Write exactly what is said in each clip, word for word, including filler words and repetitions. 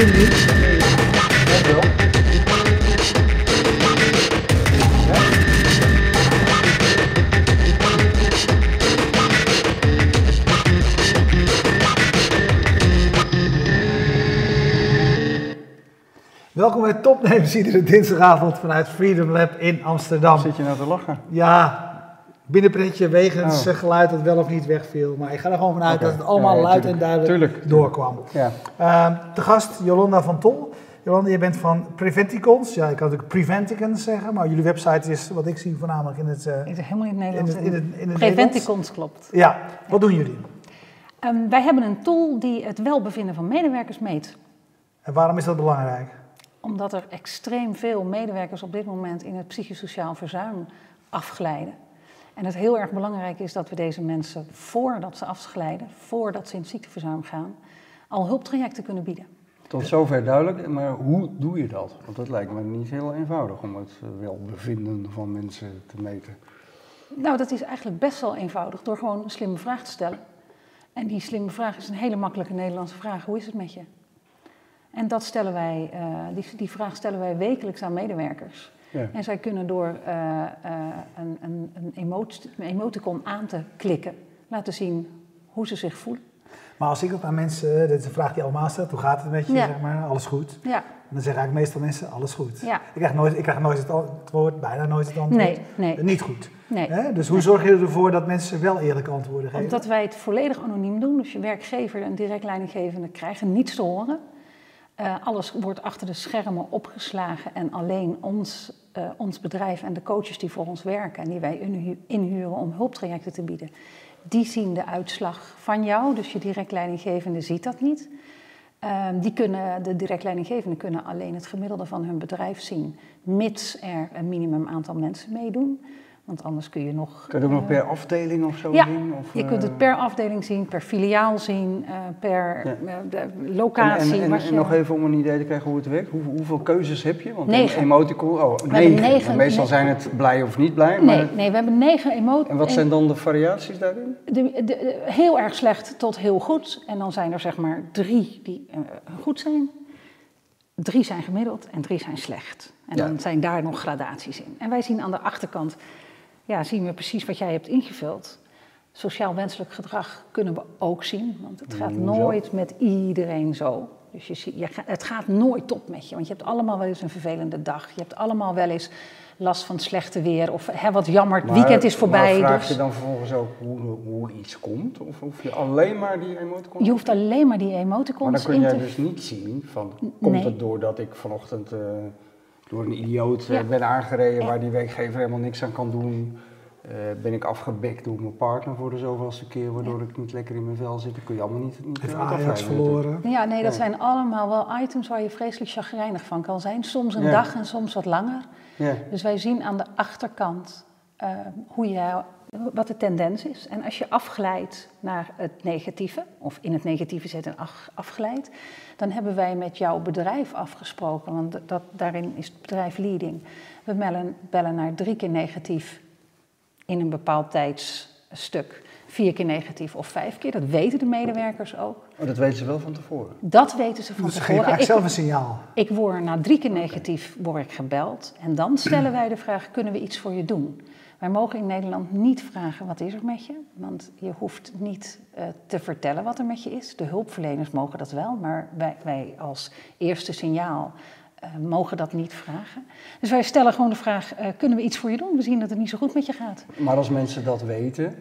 jullie niet? Ja, wel. Welkom bij Topnames, iedere dinsdagavond vanuit Freedom Lab in Amsterdam. Zit je nou te lachen? Ja, binnenprintje wegens Oh. geluid dat wel of niet wegviel. Maar ik ga er gewoon vanuit Okay. dat het allemaal ja, ja, luid tuurlijk. en duidelijk Tuurlijk. doorkwam. Ja. Uh, de gast Jolanda van Tol. Jolanda, je bent van Preventicons. Ja, ik kan natuurlijk Preventicons zeggen, maar jullie website is, wat ik zie, voornamelijk in het, uh, Ik zeg helemaal in het Nederlands. in het, in het, in het Preventicons klopt. Ja, wat doen jullie? Um, wij hebben een tool die het welbevinden van medewerkers meet. En waarom is dat belangrijk? Omdat er extreem veel medewerkers op dit moment in het psychosociaal verzuim afglijden. En het heel erg belangrijk is dat we deze mensen, voordat ze afglijden, voordat ze in het ziekteverzuim gaan, al hulptrajecten kunnen bieden. Tot zover duidelijk, maar hoe doe je dat? Want dat lijkt me niet heel eenvoudig om het welbevinden van mensen te meten. Nou, dat is eigenlijk best wel eenvoudig door gewoon een slimme vraag te stellen. En die slimme vraag is een hele makkelijke Nederlandse vraag. Hoe is het met je? En dat stellen wij, uh, die, die vraag stellen wij wekelijks aan medewerkers. Ja. En zij kunnen door uh, uh, een, een, een, emot- een emoticon aan te klikken laten zien hoe ze zich voelen. Maar als ik dat aan mensen, dit is een vraag die allemaal stelt, hoe gaat het met je, Ja. zeg maar, alles goed? Ja. En dan zeggen eigenlijk meestal mensen, alles goed. Ja. Ik krijg nooit, ik krijg nooit het antwoord, bijna nooit het antwoord. Nee, nee. Niet goed. Nee. Hè? Dus hoe zorg je ervoor dat mensen wel eerlijke antwoorden geven? Omdat wij het volledig anoniem doen, dus je werkgever en direct leidinggevende krijgen niets te horen. Uh, alles wordt achter de schermen opgeslagen en alleen ons, uh, ons bedrijf en de coaches die voor ons werken en die wij inhu- inhuren om hulptrajecten te bieden, die zien de uitslag van jou, dus je direct leidinggevende ziet dat niet. Uh, die kunnen, de direct leidinggevenden kunnen alleen het gemiddelde van hun bedrijf zien, mits er een minimum aantal mensen meedoen. Want anders kun je nog... Kun je het ook uh, nog per afdeling of zo ja, zien? Of, je kunt het per afdeling zien, per filiaal zien, uh, per Ja. uh, de locatie. En, en, en, wat je... en nog even om een idee te krijgen hoe het werkt. Hoe, hoeveel keuzes heb je? Want Negen. een emoticon, oh, hebben negen. negen- Maar meestal nee. zijn het blij of niet blij. Maar, Nee, nee, we hebben negen emoties. en wat zijn dan de variaties daarin? De, de, de, heel erg slecht tot heel goed. En dan zijn er zeg maar drie die uh, goed zijn. Drie zijn gemiddeld en drie zijn slecht. En Ja. dan zijn daar nog gradaties in. En wij zien aan de achterkant, ja, zien we precies wat jij hebt ingevuld. Sociaal wenselijk gedrag kunnen we ook zien. Want het gaat Hoezo? nooit met iedereen zo. Dus je ziet, je ga, het gaat nooit top met je. Want je hebt allemaal wel eens een vervelende dag. Je hebt allemaal wel eens last van slechte weer. Of hè, wat jammer, het Maar- weekend is voorbij. Maar vraag dus je dan vervolgens ook hoe, hoe iets komt? Of hoef je alleen maar die emoticon? je hoeft alleen maar die Maar emoticons dan kun in jij te... dus niet zien van, komt Nee. het doordat ik vanochtend uh, door een idioot uh, Ja. ben aangereden Ja. waar die werkgever helemaal niks aan kan doen. Uh, ben ik afgebekt door mijn partner voor de zoveelste keer, waardoor ik niet lekker in mijn vel zit. Dan kun je allemaal niet, niet Heeft uh, Ajax afleiden verloren? Ja, nee, dat Ja. zijn allemaal wel items waar je vreselijk chagrijnig van kan zijn. Soms een Ja. dag en soms wat langer. Ja. Dus wij zien aan de achterkant uh, hoe je, wat de tendens is. En als je afglijdt naar het negatieve, of in het negatieve zit en af, afglijdt, dan hebben wij met jouw bedrijf afgesproken, want dat, daarin is het bedrijf leading. We bellen, bellen naar drie keer negatief in een bepaald tijdsstuk. Vier keer negatief of vijf keer, dat weten de medewerkers ook. Oh, dat weten ze wel van tevoren. Dat weten ze van Dus ze geven tevoren. eigenlijk Ik- zelf een signaal. Ik word na drie keer negatief word ik gebeld en dan stellen wij de vraag, kunnen we iets voor je doen? Wij mogen in Nederland niet vragen, wat is er met je? Want je hoeft niet uh, te vertellen wat er met je is. De hulpverleners mogen dat wel, maar wij, wij als eerste signaal uh, mogen dat niet vragen. Dus wij stellen gewoon de vraag, uh, kunnen we iets voor je doen? We zien dat het niet zo goed met je gaat. Maar als mensen dat weten,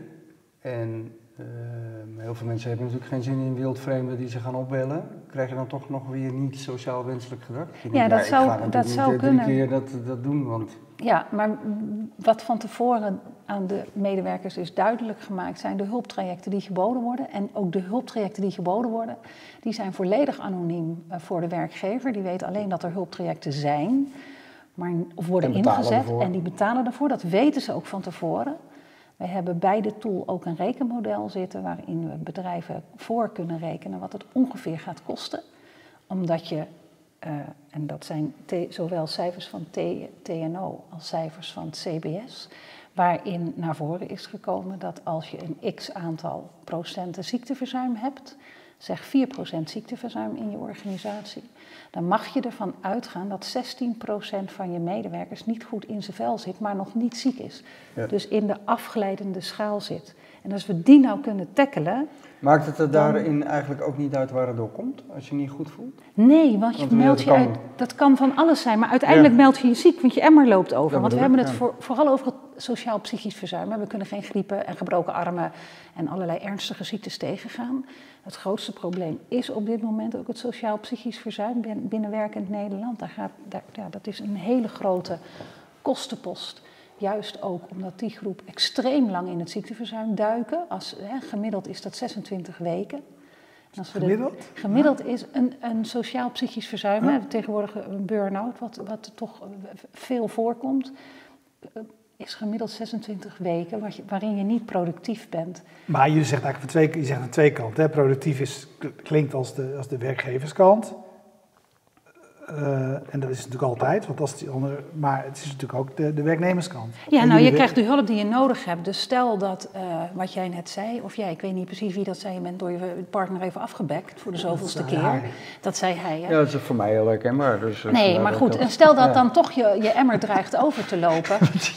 en uh, heel veel mensen hebben natuurlijk geen zin in wildvreemden die ze gaan opbellen, krijg je dan toch nog weer niet sociaal wenselijk gedrag? Je Ja, denkt, dat ik zou- ga natuurlijk dat niet, zou uh, kunnen. drie keer dat, dat doen, want... Ja, maar wat van tevoren aan de medewerkers is duidelijk gemaakt, zijn de hulptrajecten die geboden worden. En ook de hulptrajecten die geboden worden, die zijn volledig anoniem voor de werkgever. Die weet alleen dat er hulptrajecten zijn, maar, of worden En betalen ingezet ervoor. en die betalen ervoor. Dat weten ze ook van tevoren. Wij hebben bij de tool ook een rekenmodel zitten waarin we bedrijven voor kunnen rekenen wat het ongeveer gaat kosten. Omdat je, uh, en dat zijn te, zowel cijfers van T N O als cijfers van het C B S, waarin naar voren is gekomen dat als je een x aantal procenten ziekteverzuim hebt, zeg vier procent ziekteverzuim in je organisatie, dan mag je ervan uitgaan dat zestien procent van je medewerkers niet goed in zijn vel zit, maar nog niet ziek is. Ja. Dus in de afglijdende schaal zit. En als we die nou kunnen tackelen... Maakt het er daarin eigenlijk ook niet uit waar het door komt, als je niet goed voelt? Nee, want je want meldt je uit, dat kan van alles zijn, maar uiteindelijk ja. meld je je ziek, want je emmer loopt over. Dat want we hebben het ja. voor, vooral over het sociaal-psychisch verzuim. We kunnen geen griepen en gebroken armen en allerlei ernstige ziektes tegengaan. Het grootste probleem is op dit moment ook het sociaal-psychisch verzuim binnenwerkend Nederland. Daar gaat, daar, ja, dat is een hele grote kostenpost. Juist ook omdat die groep extreem lang in het ziekteverzuim duiken. Als, hè, gemiddeld is dat zesentwintig weken. En als we gemiddeld? De, gemiddeld ja. is een, een sociaal-psychisch verzuim, ja. hè, tegenwoordig een burn-out, wat, wat toch veel voorkomt, is gemiddeld zesentwintig weken wat je, waarin je niet productief bent. Maar je zegt eigenlijk van twee, je zegt aan twee kanten. Hè? Productief is, klinkt als de, als de werkgeverskant. Uh, en dat is natuurlijk altijd, want als die andere, maar het is natuurlijk ook de, de werknemerskant. Ja, nou, je krijgt de hulp die je nodig hebt. Dus stel dat, uh, wat jij net zei, of jij, ik weet niet precies wie dat zei, je bent door je partner even afgebekt voor de zoveelste keer. Hij. Dat zei hij, hè? Ja, dat is voor mij heel herkenbaar. Dus nee, maar goed, en stel dat ja. dan toch je, je emmer dreigt over te lopen.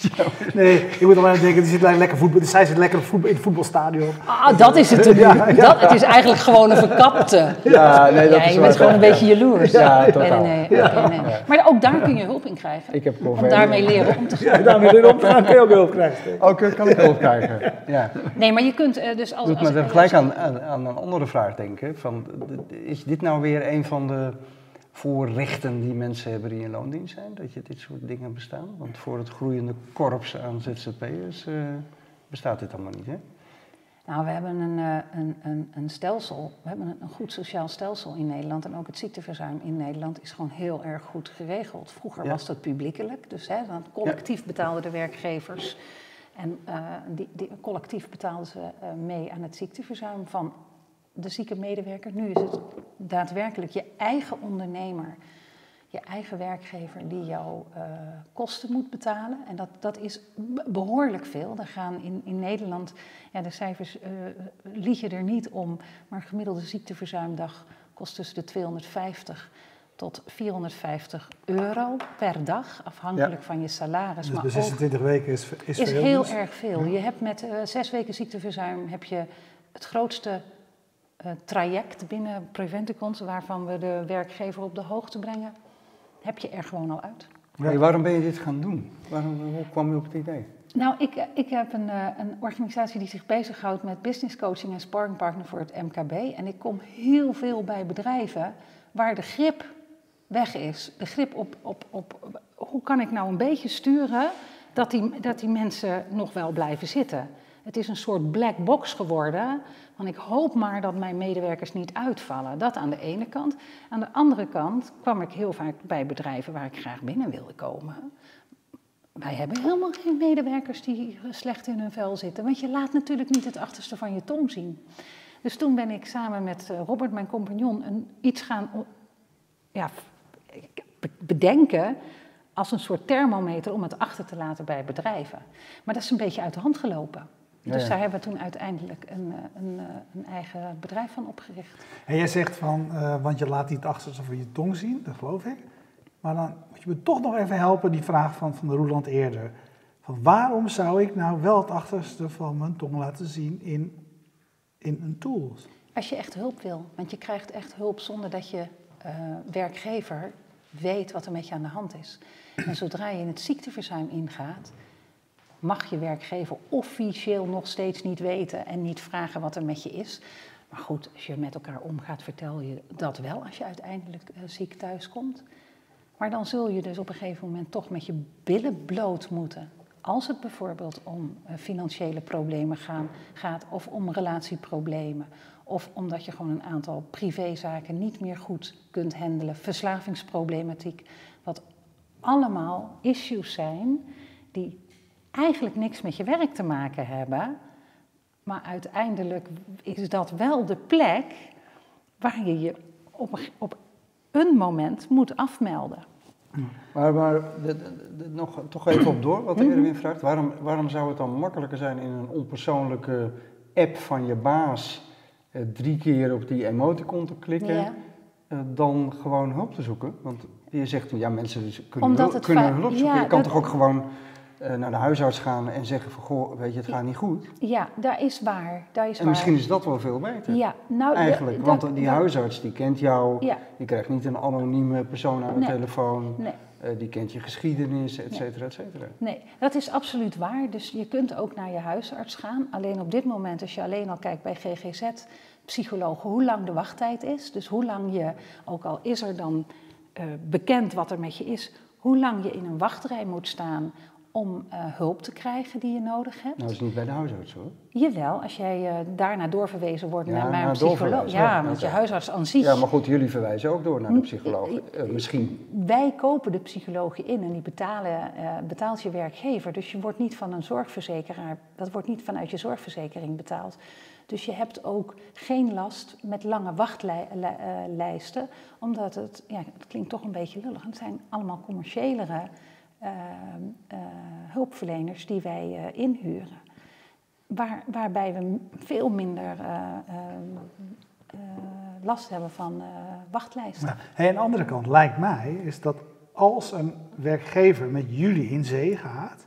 Nee, je moet alleen denken, die zit lekker voetbal, zij zit lekker in het voetbalstadion. Ah, dat is het. Ja, ja. Dat, het is eigenlijk gewoon een verkapte. Ja, nee, dat ja, is je bent gewoon een beetje jaloers. Ja, totaal. Nee, nee. Ja. Okay, nee. Ja. Maar ook daar kun je hulp in krijgen. Ik heb om daarmee leren om te gaan. Ja, daarmee leren om te gaan kun je ook hulp krijgen. Ook kan ik hulp krijgen. Ja. Nee, maar je kunt uh, dus als... Doet me even gelijk aan, aan, aan een andere vraag denken. Van, is dit nou weer een van de voorrechten die mensen hebben die in loondienst zijn? Dat je dit soort dingen bestaan? Want voor het groeiende korps aan Z Z P'ers uh, bestaat dit allemaal niet, hè? Nou, we hebben een, een, een, een stelsel, we hebben een, een goed sociaal stelsel in Nederland en ook het ziekteverzuim in Nederland is gewoon heel erg goed geregeld. Vroeger ja. was dat publiekelijk, dus hè, dan collectief ja. betaalden de werkgevers en uh, die, die, collectief betaalden ze uh, mee aan het ziekteverzuim van de zieke medewerker. Nu is het daadwerkelijk je eigen ondernemer, je eigen werkgever die jouw uh, kosten moet betalen. En dat, dat is behoorlijk veel. Er gaan in, in Nederland, ja, de cijfers uh, liegen er niet om, maar een gemiddelde ziekteverzuimdag kost tussen de tweehonderdvijftig tot vierhonderdvijftig euro per dag, afhankelijk ja. van je salaris. Dus maar bij zesentwintig weken is, is, is veel. heel dus. erg veel. Ja. Je hebt met uh, zes weken ziekteverzuim heb je het grootste uh, traject binnen Preventicons, waarvan we de werkgever op de hoogte brengen. Heb je er gewoon al uit. Ja. Hey, waarom ben je dit gaan doen? Waarom, hoe kwam je op het idee? Nou, ik, ik heb een, een organisatie die zich bezighoudt met business coaching en sparringpartner voor het M K B. En ik kom heel veel bij bedrijven waar de grip weg is. De grip op, op, op hoe kan ik nou een beetje sturen dat die, dat die mensen nog wel blijven zitten. Het is een soort black box geworden, want ik hoop maar dat mijn medewerkers niet uitvallen. Dat aan de ene kant. Aan de andere kant kwam ik heel vaak bij bedrijven waar ik graag binnen wilde komen. Wij hebben helemaal geen medewerkers die slecht in hun vel zitten, want je laat natuurlijk niet het achterste van je tong zien. Dus toen ben ik samen met Robert, mijn compagnon, een, iets gaan ja, bedenken als een soort thermometer om het achter te laten bij bedrijven. Maar dat is een beetje uit de hand gelopen. Dus ja, ja. daar hebben we toen uiteindelijk een, een, een eigen bedrijf van opgericht. En jij zegt van, uh, want je laat niet het achterste van je tong zien, dat geloof ik. Maar dan moet je me toch nog even helpen, die vraag van, van de Roeland eerder. Van waarom zou ik nou wel het achterste van mijn tong laten zien in, in een tool? Als je echt hulp wil, want je krijgt echt hulp zonder dat je uh, werkgever weet wat er met je aan de hand is. En zodra je in het ziekteverzuim ingaat, mag je werkgever officieel nog steeds niet weten en niet vragen wat er met je is. Maar goed, als je met elkaar omgaat, vertel je dat wel als je uiteindelijk uh, ziek thuis komt. Maar dan zul je dus op een gegeven moment toch met je billen bloot moeten. Als het bijvoorbeeld om uh, financiële problemen gaan, gaat of om relatieproblemen. Of omdat je gewoon een aantal privézaken niet meer goed kunt handelen. Verslavingsproblematiek. Wat allemaal issues zijn die eigenlijk niks met je werk te maken hebben. Maar uiteindelijk is dat wel de plek waar je je op, op een moment moet afmelden. Maar, maar de, de, de, nog toch even op door, wat Erwin vraagt. Waarom, waarom zou het dan makkelijker zijn in een onpersoonlijke app van je baas uh, drie keer op die emoticon te klikken, Ja. uh, dan gewoon hulp te zoeken. Want je zegt, ja, mensen kunnen, Omdat hulp, het kunnen va- hulp zoeken. ja, je kan dat- toch ook gewoon uh, naar de huisarts gaan en zeggen van, goh, weet je, het gaat niet goed. Ja, daar is waar. Daar is En waar. misschien is dat wel veel beter. Ja, nou, Eigenlijk, de- want dat- die dat- huisarts die kent jou, Ja. je krijgt niet een anonieme persoon aan de Nee. telefoon, Nee. uh, die kent je geschiedenis, et cetera, et cetera. Nee, dat is absoluut waar. Dus je kunt ook naar je huisarts gaan. Alleen op dit moment, als je alleen al kijkt bij G G Z-psychologen, hoe lang de wachttijd is. Dus hoe lang je, ook al is er dan uh, bekend wat er met je is, hoe lang je in een wachtrij moet staan om uh, hulp te krijgen die je nodig hebt. Nou, dat is niet bij de huisarts hoor. Jawel, als jij uh, daarna doorverwezen wordt Ja, naar, naar naar een psycholoog. doorverwijzen, Ja, ja, want oké. je huisarts aan zich. Ja, maar goed, jullie verwijzen ook door naar de psycholoog. Uh, misschien. Wij kopen de psychologen in en die betalen, uh, betaalt je werkgever. Dus je wordt niet van een zorgverzekeraar, dat wordt niet vanuit je zorgverzekering betaald. Dus je hebt ook geen last met lange wachtlijsten, omdat het, ja, het klinkt toch een beetje lullig. Het zijn allemaal commerciëlere uh, uh, hulpverleners die wij uh, inhuren. Waar, waarbij we veel minder uh, uh, uh, last hebben van uh, wachtlijsten. Ja. Hey, aan de andere kant lijkt mij is dat als een werkgever met jullie in zee gaat,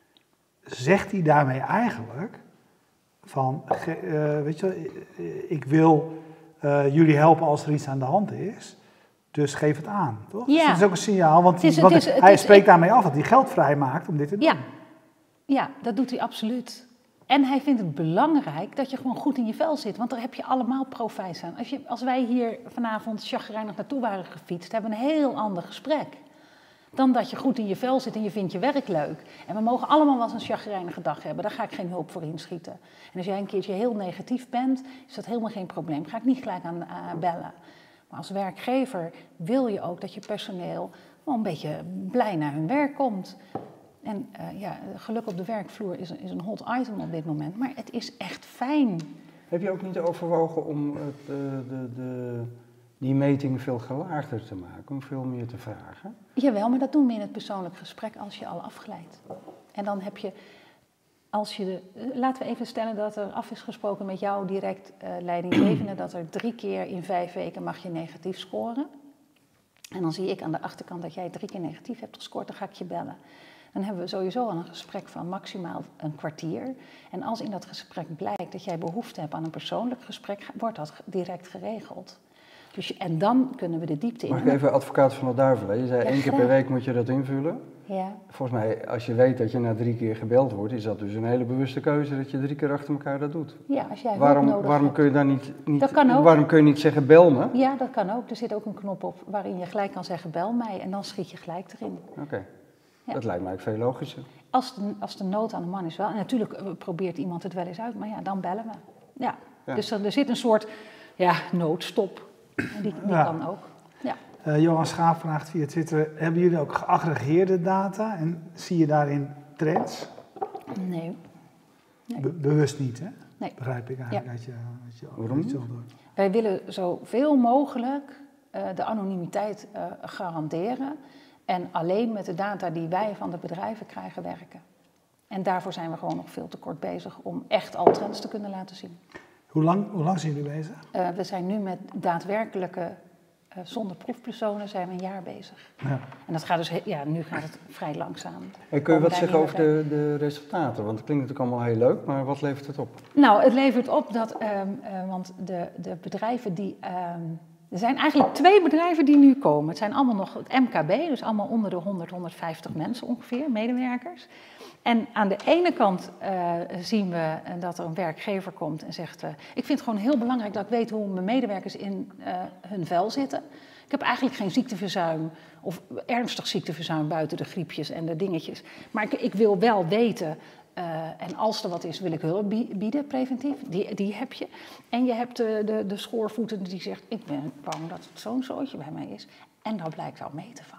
zegt hij daarmee eigenlijk van, ge, uh, weet je, ik wil uh, jullie helpen als er iets aan de hand is. Dus geef het aan, toch? Ja. Dus dat is ook een signaal, want, Het is- want het is- het hij is- spreekt daarmee af dat hij geld vrijmaakt om dit te doen. Ja. ja, dat doet hij absoluut. En hij vindt het belangrijk dat je gewoon goed in je vel zit, want daar heb je allemaal profijt aan. Als, je, als wij hier vanavond chagrijnig naartoe waren gefietst, hebben we een heel ander gesprek dan dat je goed in je vel zit en je vindt je werk leuk. En we mogen allemaal wel eens een chagrijnige dag hebben, daar ga ik geen hulp voor inschieten. En als jij een keertje heel negatief bent, is dat helemaal geen probleem. Ga ik niet gelijk aan uh, bellen. Maar als werkgever wil je ook dat je personeel wel een beetje blij naar hun werk komt. En uh, ja, geluk op de werkvloer is een, is een hot item op dit moment, maar het is echt fijn. Heb je ook niet overwogen om het, uh, de, de, die meting veel gelaagder te maken, om veel meer te vragen? Jawel, maar dat doen we in het persoonlijk gesprek als je al afglijdt. En dan heb je, als je de, uh, laten we even stellen dat er af is gesproken met jou direct uh, leidinggevende, dat er drie keer in vijf weken mag je negatief scoren. En dan zie ik aan de achterkant dat jij drie keer negatief hebt gescoord, dan ga ik je bellen. Dan hebben we sowieso al een gesprek van maximaal een kwartier. En als in dat gesprek blijkt dat jij behoefte hebt aan een persoonlijk gesprek, wordt dat direct geregeld. Dus, en dan kunnen we de diepte in. Mag ik even advocaat van de duivel? Je zei Ja, één keer graag. per week moet je dat invullen. Ja. Volgens mij, als je weet dat je na drie keer gebeld wordt, is dat dus een hele bewuste keuze dat je drie keer achter elkaar dat doet. Ja, als jij hulp Waarom, nodig waarom hebt. kun je daar niet, niet, Dat kan ook. waarom kun je niet zeggen bel me? Oké. Ja, dat kan ook. Er zit ook een knop op waarin je gelijk kan zeggen bel mij en dan schiet je gelijk erin. Ja. Dat lijkt mij veel logischer. Als de, als de nood aan de man is wel. En natuurlijk uh, probeert iemand het wel eens uit, maar ja, dan bellen we. Ja. Ja. Dus er, er zit een soort ja, noodstop. En die die Ja. kan ook. Ja. Uh, Johan Schaap vraagt via Twitter, hebben jullie ook geaggregeerde data en zie je daarin trends? Nee. Nee. Be- bewust niet, hè? Nee. Begrijp ik eigenlijk uit je, uit je Waarom uit je niet? antwoord. Wij willen zoveel mogelijk uh, de anonimiteit uh, garanderen. En alleen met de data die wij van de bedrijven krijgen werken. En daarvoor zijn we gewoon nog veel te kort bezig om echt al trends te kunnen laten zien. Hoe lang, hoe lang zijn jullie bezig? Uh, we zijn nu met daadwerkelijke, uh, zonder proefpersonen, zijn we een jaar bezig. Ja. En dat gaat dus, he- ja, nu gaat het vrij langzaam. En kun je Komen wat daar zeggen nieuwe over de, de resultaten? Want het klinkt natuurlijk allemaal heel leuk, maar wat levert het op? Nou, het levert op dat, um, uh, want de, de bedrijven die... Um, er zijn eigenlijk twee bedrijven die nu komen. Het zijn allemaal nog het M K B, dus allemaal onder de honderd, honderdvijftig mensen ongeveer, medewerkers. En aan de ene kant uh, zien we dat er een werkgever komt en zegt... Uh, ik vind het gewoon heel belangrijk dat ik weet hoe mijn medewerkers in uh, hun vel zitten. Ik heb eigenlijk geen ziekteverzuim of ernstig ziekteverzuim buiten de griepjes en de dingetjes. Maar ik, ik wil wel weten... Uh, en als er wat is, wil ik hulp bieden, preventief. Die, die heb je. En je hebt de, de, de schoorvoeten die zegt... ik ben bang dat het zo'n zootje bij mij is. En dat blijkt al mee te vallen.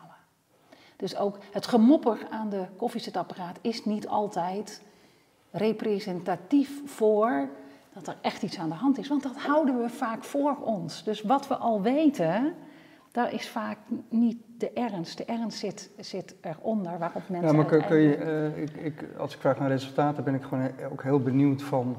Dus ook het gemopper aan de koffiezetapparaat... is niet altijd representatief voor dat er echt iets aan de hand is. Want dat houden we vaak voor ons. Dus wat we al weten... daar is vaak niet de ernst. De ernst zit, zit eronder waarop mensen... Ja, maar kun, kun je, uiteindelijk- uh, ik, ik, als ik vraag naar resultaten ben ik gewoon he- ook heel benieuwd van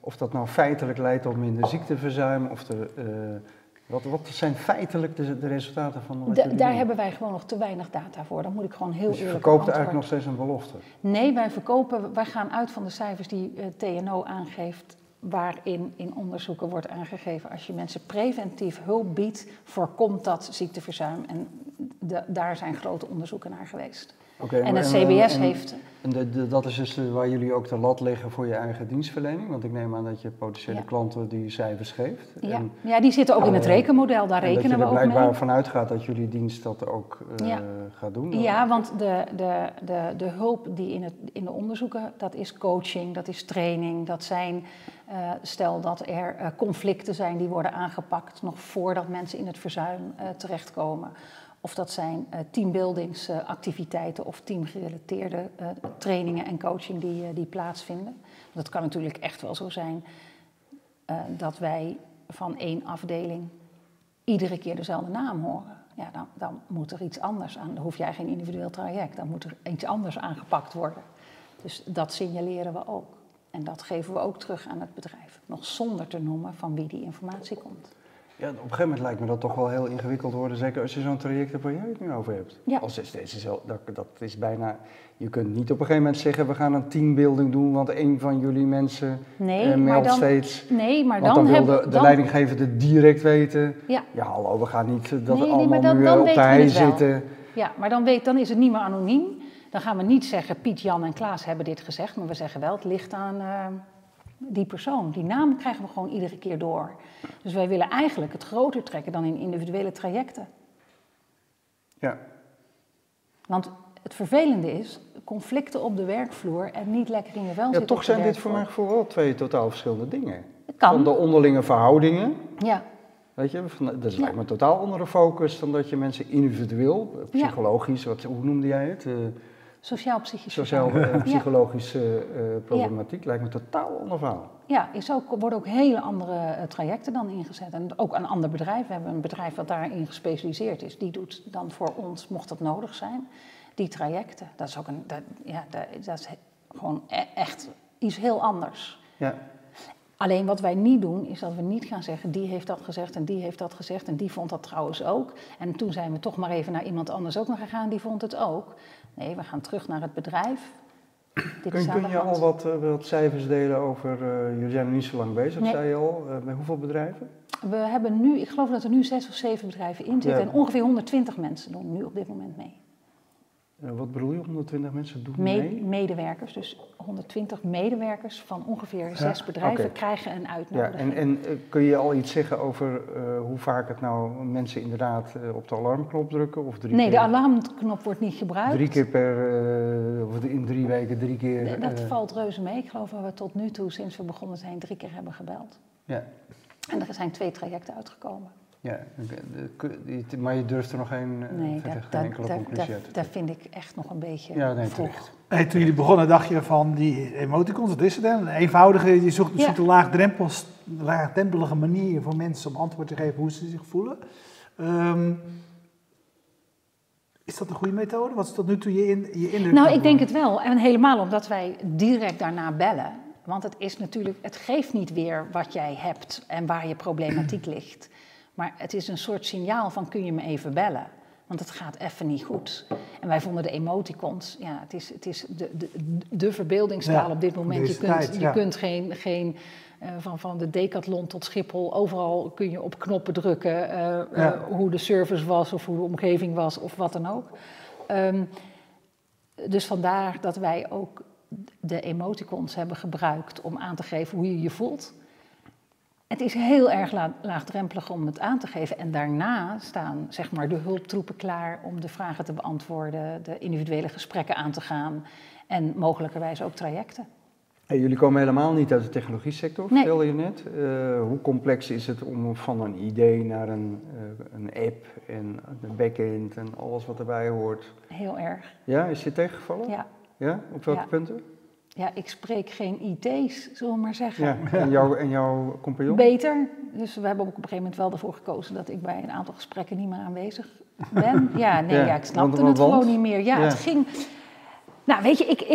of dat nou feitelijk leidt tot minder ziekteverzuim, of de, uh, wat, wat zijn feitelijk de, de resultaten van wat Da, jullie Daar doen? hebben wij gewoon nog te weinig data voor. Dan moet ik gewoon heel Dus je eerlijk verkoopt antwoorden. eigenlijk nog steeds een belofte? Nee, wij verkopen, wij gaan uit van de cijfers die uh, T N O aangeeft, waarin in onderzoeken wordt aangegeven, als je mensen preventief hulp biedt, voorkomt dat ziekteverzuim. En de, daar zijn grote onderzoeken naar geweest. Okay, en maar, het C B S en, heeft... En de, de, dat is dus de, waar jullie ook de lat leggen voor je eigen dienstverlening? Want ik neem aan dat je potentiële Ja. klanten die cijfers geeft. Ja. En, ja, die zitten ook in het uh, rekenmodel, daar rekenen we ook mee. dat je er blijkbaar vanuit gaat dat jullie dienst dat ook uh, Ja. gaat doen. Ja, want de, de, de, de hulp die in, het, in de onderzoeken, dat is coaching, dat is training, dat zijn, uh, stel dat er uh, conflicten zijn die worden aangepakt nog voordat mensen in het verzuim uh, terechtkomen. Of dat zijn uh, teambuildingsactiviteiten uh, of teamgerelateerde uh, trainingen en coaching die, uh, die plaatsvinden. Dat kan natuurlijk echt wel zo zijn uh, dat wij van één afdeling iedere keer dezelfde naam horen. Ja, dan, dan moet er iets anders aan. Dan hoef jij geen individueel traject, dan moet er iets anders aangepakt worden. Dus dat signaleren we ook. En dat geven we ook terug aan het bedrijf. Nog zonder te noemen van wie die informatie komt. Ja, op een gegeven moment lijkt me dat toch wel heel ingewikkeld worden, zeker als je zo'n traject hebt waar jij het nu over hebt. Ja. Als is, deze zo, dat, dat is bijna, je kunt niet op een gegeven moment zeggen, we gaan een teambuilding doen, want een van jullie mensen nee, eh, meldt dan, steeds. Nee, maar want dan, dan wil hebben, de, de dan, leidinggevende direct weten, ja, ja hallo, we gaan niet dat nee, nee, allemaal maar dan, nu dan uh, op de weten we hei het wel. zitten. Ja, maar dan, weet, dan is het niet meer anoniem. Dan gaan we niet zeggen, Piet, Jan en Klaas hebben dit gezegd, maar we zeggen wel, het ligt aan uh, die persoon. Die naam krijgen we gewoon iedere keer door. Dus wij willen eigenlijk het groter trekken dan in individuele trajecten. Ja. Want het vervelende is, conflicten op de werkvloer en niet lekker in je vel Ja, zitten toch op de zijn dit voor mij werkvloer. gevoel wel twee totaal verschillende dingen. Het kan. Van de onderlinge verhoudingen, Ja, weet je, van, dat is Ja. lijkt me een totaal andere focus dan dat je mensen individueel, psychologisch, wat, hoe noemde jij het? Uh, sociaal-psychisch. Sociaal-psychologische uh, uh, problematiek, lijkt me een totaal ander verhaal. Ja, is ook, worden ook hele andere uh, trajecten dan ingezet. En ook een ander bedrijf. We hebben een bedrijf dat daarin gespecialiseerd is. Die doet dan voor ons, mocht dat nodig zijn, die trajecten. Dat is ook een, dat, ja, dat, dat is gewoon e- echt iets heel anders. Ja. Alleen wat wij niet doen, is dat we niet gaan zeggen, die heeft dat gezegd en die heeft dat gezegd en die vond dat trouwens ook. En toen zijn we toch maar even naar iemand anders ook nog gegaan, die vond het ook. Nee, we gaan terug naar het bedrijf. Dit Kun, is aan kun de je hand. al wat, uh, wat cijfers delen over, uh, jullie zijn nog niet zo lang bezig, Nee. zei je al, uh, bij hoeveel bedrijven? We hebben nu, ik geloof dat er nu zes of zeven bedrijven in zitten Ja. en ongeveer honderdtwintig mensen doen nu op dit moment mee. Uh, wat bedoel je, honderdtwintig mensen doen Me- mee? Medewerkers, dus honderdtwintig medewerkers van ongeveer zes bedrijven oké. krijgen een Ja, uitnodiging. en, en uh, kun je al iets zeggen over uh, hoe vaak het nou mensen inderdaad uh, op de alarmknop drukken? Of drie nee, keer, de alarmknop wordt niet gebruikt. Drie keer per, uh, of in drie weken drie keer? D- Dat uh, valt reuze mee. Ik geloof dat we tot nu toe, sinds we begonnen zijn, drie keer hebben gebeld. Ja. En er zijn twee trajecten uitgekomen. Ja, de- de- maar je durft er nog geen, uh, Nee, verder dat, geen dat, enkele dat, conclusie dat, uit te dat trekken. vind ik echt nog een beetje Ja, nee, vroeg. terecht. Hey, toen jullie begonnen dacht je van die emoticons, wat is het dan? Een eenvoudige, je zoekt, Ja. zoekt een laagdrempels, laagdrempelige manier voor mensen om antwoord te geven hoe ze zich voelen. Um, is dat een goede methode? Wat is tot nu toe je, in, je indruk? Nou, ik daarvan? denk het wel. En helemaal omdat wij direct daarna bellen. Want het is natuurlijk, het geeft niet weer wat jij hebt en waar je problematiek ligt. Maar het is een soort signaal van kun je me even bellen. Want het gaat even niet goed. En wij vonden de emoticons, ja, het is, het is de, de, de verbeeldingstaal Ja, op dit moment. Je deze kunt, tijd, je ja. kunt geen, geen uh, van, van de Decathlon tot Schiphol, overal kun je op knoppen drukken uh, Ja. uh, hoe de service was of hoe de omgeving was of wat dan ook. Um, dus vandaar dat wij ook de emoticons hebben gebruikt om aan te geven hoe je je voelt. Het is heel erg la- laagdrempelig om het aan te geven. En daarna staan zeg maar, de hulptroepen klaar om de vragen te beantwoorden, de individuele gesprekken aan te gaan en mogelijkerwijs ook trajecten. Hey, jullie komen helemaal niet uit de technologie sector, Nee. vertelde je net. Uh, hoe complex is het om van een idee naar een, uh, een app en een backend en alles wat erbij hoort? Heel erg. Ja, is je tegengevallen? Ja, Ja? Op welke Ja. punten? ja ik spreek geen I T's, zullen we maar zeggen. Ja. En, jou, en jouw compagnon? Beter. Dus we hebben ook op een gegeven moment wel ervoor gekozen dat ik bij een aantal gesprekken niet meer aanwezig ben. Ja, nee, Ja, ja, ik snapte want- het want- gewoon want? niet meer. Ja, Ja. het ging... Nou, weet je, ik, ik, ik,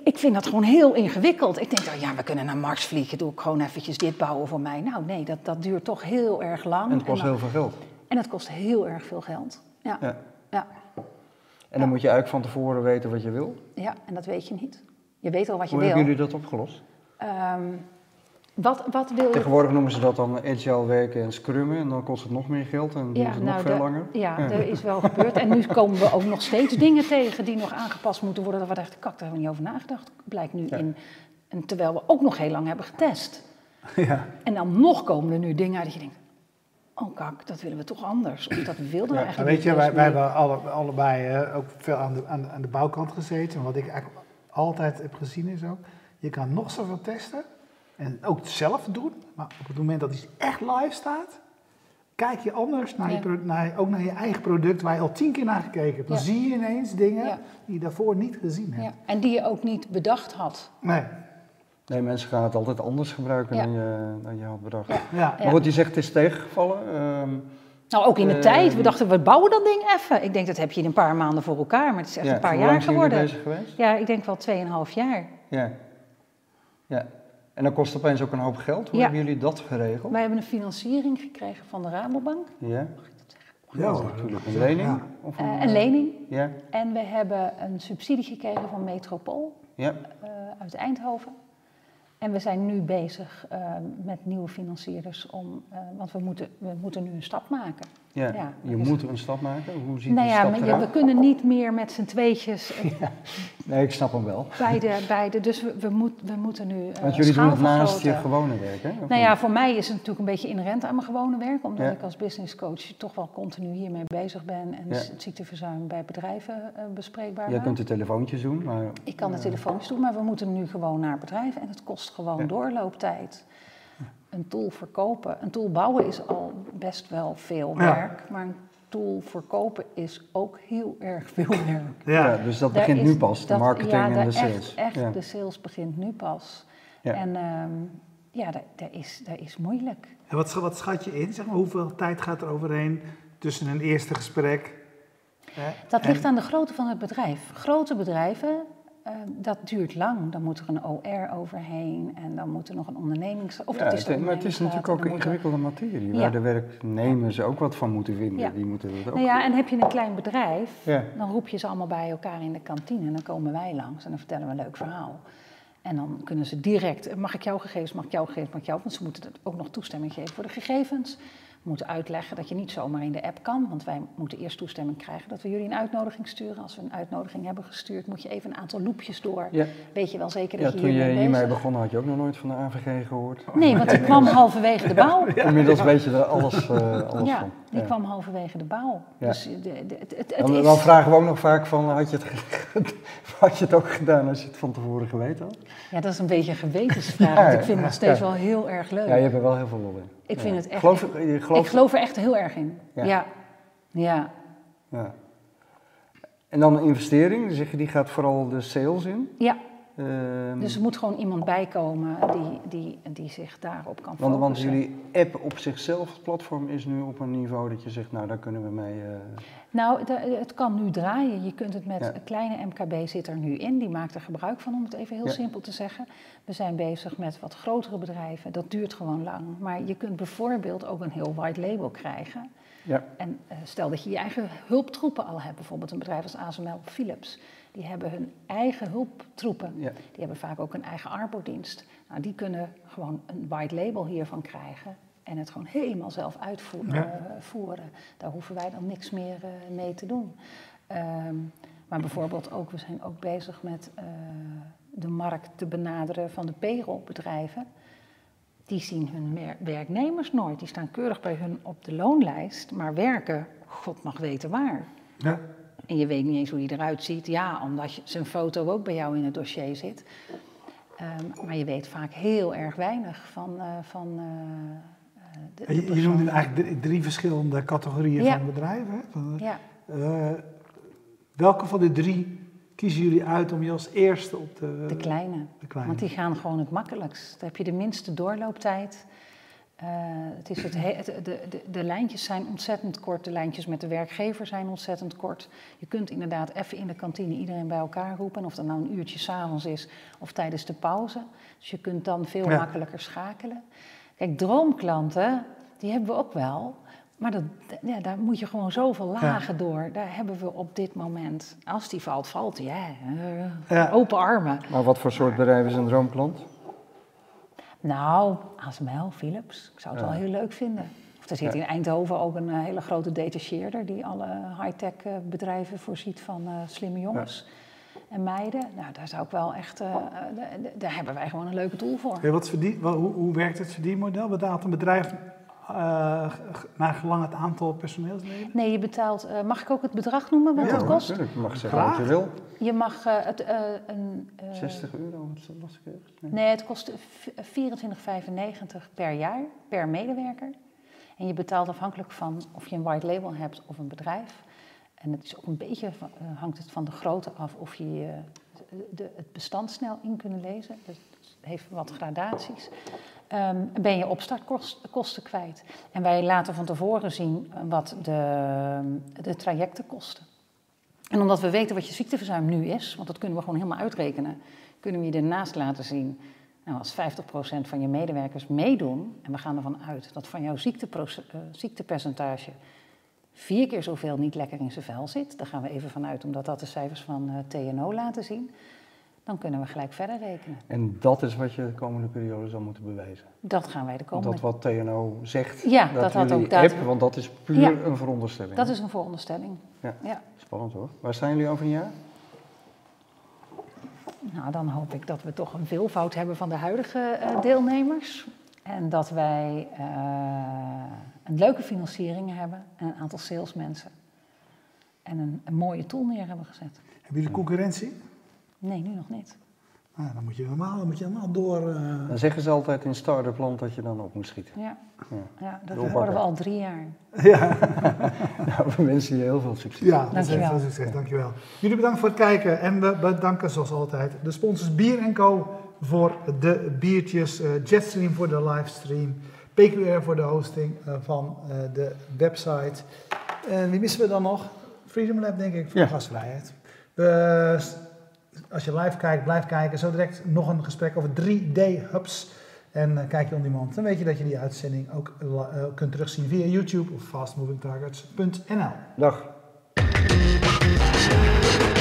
ik vind dat gewoon heel ingewikkeld. Ik denk, oh ja, we kunnen naar Mars vliegen, doe ik gewoon eventjes dit bouwen voor mij. Nou nee, dat, dat duurt toch heel erg lang. En het kost en dan, heel veel geld. En het kost heel erg veel geld. Ja, Ja. ja. En dan moet je eigenlijk van tevoren weten wat je wil. ja en dat weet je niet. Je weet al wat je Hoe wil. hebben jullie dat opgelost? Um, wat, wat wil je... Tegenwoordig noemen ze dat dan agile werken en scrummen. En dan kost het nog meer geld en duurt Ja, het nou, nog veel de- langer. Ja, er is wel gebeurd. En nu komen we ook nog steeds dingen tegen die nog aangepast moeten worden. Dat we dachten, kak, daar hebben we niet over nagedacht. Blijkt nu Ja. in... En terwijl we ook nog heel lang hebben getest. Ja. En dan nog komen er nu dingen uit dat je denkt... Oh kak, dat willen we toch anders. Of dat wilden we Ja, eigenlijk maar weet niet. je, wij, eens wij mee. hebben alle, allebei eh, ook veel aan de, aan, aan de bouwkant gezeten. En wat ik eigenlijk altijd heb gezien is ook, je kan nog zoveel testen en ook zelf doen. Maar op het moment dat iets echt live staat, kijk je anders naar Ja. je, pro- naar, ook naar je eigen product waar je al tien keer naar gekeken hebt. Dan Ja. zie je ineens dingen Ja. die je daarvoor niet gezien hebt. Ja. En die je ook niet bedacht had. Nee. Nee, mensen gaan het altijd anders gebruiken Ja. dan, je, dan je had bedacht. Ja. Ja. Maar goed, je zegt het is tegengevallen. Ehm, Nou, ook in de Eh, tijd. We dachten, we bouwen dat ding even. Ik denk, dat heb je in een paar maanden voor elkaar. Maar het is echt ja, een paar hoe jaar lang zijn jullie geworden. bezig geweest? Ja, ik denk wel tweeënhalf jaar. Ja. ja. En dan kost het opeens ook een hoop geld. Hoe Ja. hebben jullie dat geregeld? Wij hebben een financiering gekregen van de Rabobank. Ja, Ja, hoor. natuurlijk. Een lening? Ja. Of Uh, een lening. Ja, En we hebben een subsidie gekregen van Metropool ja. uh, uit Eindhoven. En we zijn nu bezig uh, met nieuwe financiers, om, uh, want we moeten, we moeten nu een stap maken. ja. Ja, je dus- moet een stap maken. Hoe ziet Nou die ja, stap maar je- eruit? we kunnen niet meer met z'n tweetjes uh, Nee, ik snap hem wel. beide, beide, dus we, we, moet, we moeten nu uh, Want jullie doen het naast je schaalvergroten. gewone werk, hè? Of Nou niet? ja, voor mij is het natuurlijk een beetje inherent aan mijn gewone werk, omdat Ja. ik als business coach toch wel continu hiermee bezig ben en Ja. het ziekteverzuim bij bedrijven uh, bespreekbaar Jij maak. kunt de telefoontjes doen, maar... Ik kan de eh, telefoons doen, maar we moeten nu gewoon naar bedrijven en het kost gewoon Ja. doorlooptijd. Een tool verkopen, een tool bouwen is al best wel veel Ja. werk, maar een tool verkopen is ook heel erg veel werk. Ja, Ja. dus dat Daar begint is- nu pas, de dat- marketing ja, en daar de sales. Echt, echt ja. de sales begint nu pas. Ja. En ehm, ja, dat, dat, is, dat is moeilijk. En wat, wat schat je in? Zeg maar, hoeveel tijd gaat er overheen tussen een eerste gesprek? Hè, Dat en- ligt aan de grootte van het bedrijf. Grote bedrijven, uh, dat duurt lang. Dan moet er een O R overheen en dan moet er nog een ondernemings... Of Ja, dat is het- de maar het is natuurlijk ook ondernemingsraad, en dan moet er- ingewikkelde materie, Ja. waar de werknemers ook wat van moeten vinden. Ja. Die moeten dat ook... Nou ja, en heb je een klein bedrijf, Ja. dan roep je ze allemaal bij elkaar in de kantine en dan komen wij langs en dan vertellen we een leuk verhaal. En dan kunnen ze direct, mag ik jouw gegevens, mag ik jouw gegevens, mag ik jou, want ze moeten ook nog toestemming geven voor de gegevens. We moeten uitleggen dat je niet zomaar in de app kan, want wij moeten eerst toestemming krijgen dat we jullie een uitnodiging sturen. Als we een uitnodiging hebben gestuurd, moet je even een aantal loopjes door. Ja. Weet je wel zeker Ja, dat je toen je hiermee hiermee bezig begon had je ook nog nooit van de A V G gehoord. Nee, want die kwam halverwege de bouw. Inmiddels weet je er alles, eh, alles Ja, van. die Ja. kwam halverwege de bouw. Ja. Dus de, de, het, het, het Dan, is... dan vragen we ook nog vaak van, had je, het, ge- had je het ook gedaan als je het van tevoren geweten had? Ja, dat is een beetje een gewetensvraag, Ja, want ik vind het nog steeds ja. wel heel erg leuk. Ja, je hebt er wel heel veel lol in. Ik Ja. vind het echt... Geloof, ik, je gelooft, ik geloof er echt heel erg in. Ja. Ja. Ja. Ja. En dan een investering, dan zeg je die gaat vooral de sales in. Ja. Ehm, Dus er moet gewoon iemand bij komen die, die, die zich daarop kan want, focussen. want jullie app op zichzelf, het platform, is nu op een niveau dat je zegt, nou daar kunnen we mee... eh, Nou, de- het kan nu draaien. Je kunt het met Ja. een kleine M K B zit er nu in. Die maakt er gebruik van, om het even heel Ja. simpel te zeggen. We zijn bezig met wat grotere bedrijven. Dat duurt gewoon lang. Maar je kunt bijvoorbeeld ook een heel white label krijgen. ja. En uh, stel dat je je eigen hulptroepen al hebt. Bijvoorbeeld een bedrijf als A S M L of Philips. Die hebben hun eigen hulptroepen. Ja. Die hebben vaak ook een eigen arbodienst. Nou, die kunnen gewoon een white label hiervan krijgen. En het gewoon helemaal zelf uitvoeren. Ja. uh, voeren. Daar hoeven wij dan niks meer uh, mee te doen. Um, maar bijvoorbeeld ook, we zijn ook bezig met uh, de markt te benaderen van de payrollbedrijven. Die zien hun mer- werknemers nooit. Die staan keurig bij hun op de loonlijst, maar werken, God mag weten waar. Ja. En je weet niet eens hoe die eruit ziet. Ja, omdat je, zijn foto ook bij jou in het dossier zit. Um, maar je weet vaak heel erg weinig van, uh, van uh, de, de Je, je persoon. noemt eigenlijk drie, drie verschillende categorieën Ja. van bedrijven. Hè? Van, Ja. uh, welke van de drie kiezen jullie uit om je als eerste op de... De kleine. de kleine. Want die gaan gewoon het makkelijkst. Dan heb je de minste doorlooptijd. Uh, het is het he- het, de, de, de lijntjes zijn ontzettend kort, de lijntjes met de werkgever zijn ontzettend kort. Je kunt inderdaad even in de kantine iedereen bij elkaar roepen, of dat nou een uurtje 's avonds is of tijdens de pauze. Dus je kunt dan veel Ja. makkelijker schakelen. Kijk, droomklanten, die hebben we ook wel, maar dat, ja, daar moet je gewoon zoveel lagen ja. door. Daar hebben we op dit moment. Als die valt, valt die. Ja, uh, ja. Open armen. Maar wat voor soort bedrijf is een droomklant? Nou, A S M L, Philips. Ik zou het ja. wel heel leuk vinden. Of er zit ja. in Eindhoven ook een uh, hele grote detacheerder die alle high-tech uh, bedrijven voorziet van uh, slimme jongens ja. en meiden. Nou, daar zou ik wel echt, uh, uh, daar hebben wij gewoon een leuke tool voor. Ja, wat verdien, wat, hoe, hoe werkt het verdienmodel? Betaalt een bedrijf uh, naar gelang het aantal personeelsleden? Nee, je betaalt, uh, mag ik ook het bedrag noemen wat ja, het kost? Je mag zeggen Graag. wat je wil. Je mag uh, het... Uh, een, uh, zestig euro, wat was ik ergens? Nee. nee, het kost vierentwintig vijfennegentig per jaar, per medewerker. En je betaalt afhankelijk van of je een white label hebt of een bedrijf. En het is ook een beetje, uh, hangt het van de grootte af of je uh, de, het bestand snel in kunt lezen. Dus het heeft wat gradaties. Um, ben je opstartkosten kwijt. En wij laten van tevoren zien wat de, de trajecten kosten. En omdat we weten wat je ziekteverzuim nu is, want dat kunnen we gewoon helemaal uitrekenen, kunnen we je ernaast laten zien, nou, als vijftig procent van je medewerkers meedoen, en we gaan ervan uit dat van jouw ziektepro- uh, ziektepercentage vier keer zoveel niet lekker in zijn vel zit, daar gaan we even vanuit omdat dat de cijfers van uh, T N O laten zien, dan kunnen we gelijk verder rekenen. En dat is wat je de komende periode zal moeten bewijzen? Dat gaan wij de komende... Dat wat T N O zegt, ja, dat, dat jullie had ook daad... hebben, want dat is puur ja, een veronderstelling. Dat is een veronderstelling, ja. ja. Spannend hoor. Waar staan jullie over een jaar? Nou, dan hoop ik dat we toch een veelvoud hebben van de huidige uh, deelnemers. En dat wij uh, een leuke financiering hebben en een aantal salesmensen. En een, een mooie tool neer hebben gezet. Hebben jullie concurrentie? Nee, nu nog niet. Nou, dan moet je helemaal, dan moet je helemaal door... Uh... Dan zeggen ze altijd in start-up land dat je dan op moet schieten. Ja, ja. ja dat horen we al drie jaar. Ja. Nou, we wensen je heel veel succes. Ja, dankjewel. Veel succes, dankjewel. Jullie bedankt voor het kijken en we bedanken zoals altijd de sponsors Bier en Co voor de biertjes, uh, Jetstream voor de livestream, P Q R voor de hosting uh, van uh, de website. En wie missen we dan nog? Freedom Lab denk ik, voor ja. de gastvrijheid. Uh, als je live kijkt, blijf kijken. Zo direct nog een gesprek over drie D hubs. En uh, kijk je on demand, dan weet je dat je die uitzending ook uh, kunt terugzien via YouTube of fast moving targets punt n l. Dag.